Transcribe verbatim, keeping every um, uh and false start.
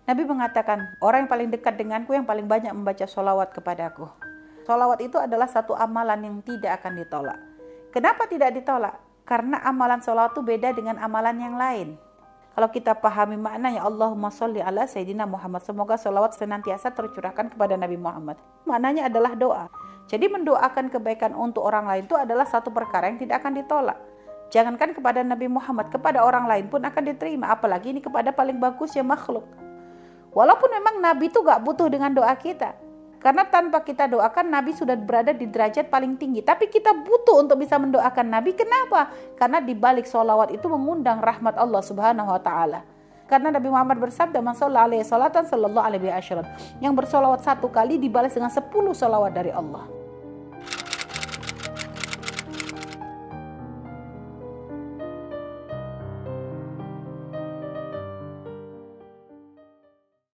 Nabi mengatakan, orang yang paling dekat denganku yang paling banyak membaca sholawat kepadaku. Sholawat itu adalah satu amalan yang tidak akan ditolak. Kenapa tidak ditolak? Karena amalan sholawat itu beda dengan amalan yang lain. Kalau kita pahami maknanya, Allahumma sholli ala Sayyidina Muhammad, semoga sholawat senantiasa tercurahkan kepada Nabi Muhammad. Maknanya adalah doa. Jadi mendoakan kebaikan untuk orang lain itu adalah satu perkara yang tidak akan ditolak. Jangankan kepada Nabi Muhammad, kepada orang lain pun akan diterima. Apalagi ini kepada paling bagus ya makhluk. Walaupun memang Nabi itu gak butuh dengan doa kita. Karena tanpa kita doakan, Nabi sudah berada di derajat paling tinggi. Tapi kita butuh untuk bisa mendoakan Nabi. Kenapa? Karena di balik sholawat itu mengundang rahmat Allah subhanahu wa ta'ala. Karena Nabi Muhammad bersabda, man shalla alaihi salatan sallallahu alaihi wasallam. Yang bersolawat satu kali dibalas dengan sepuluh sholawat dari Allah.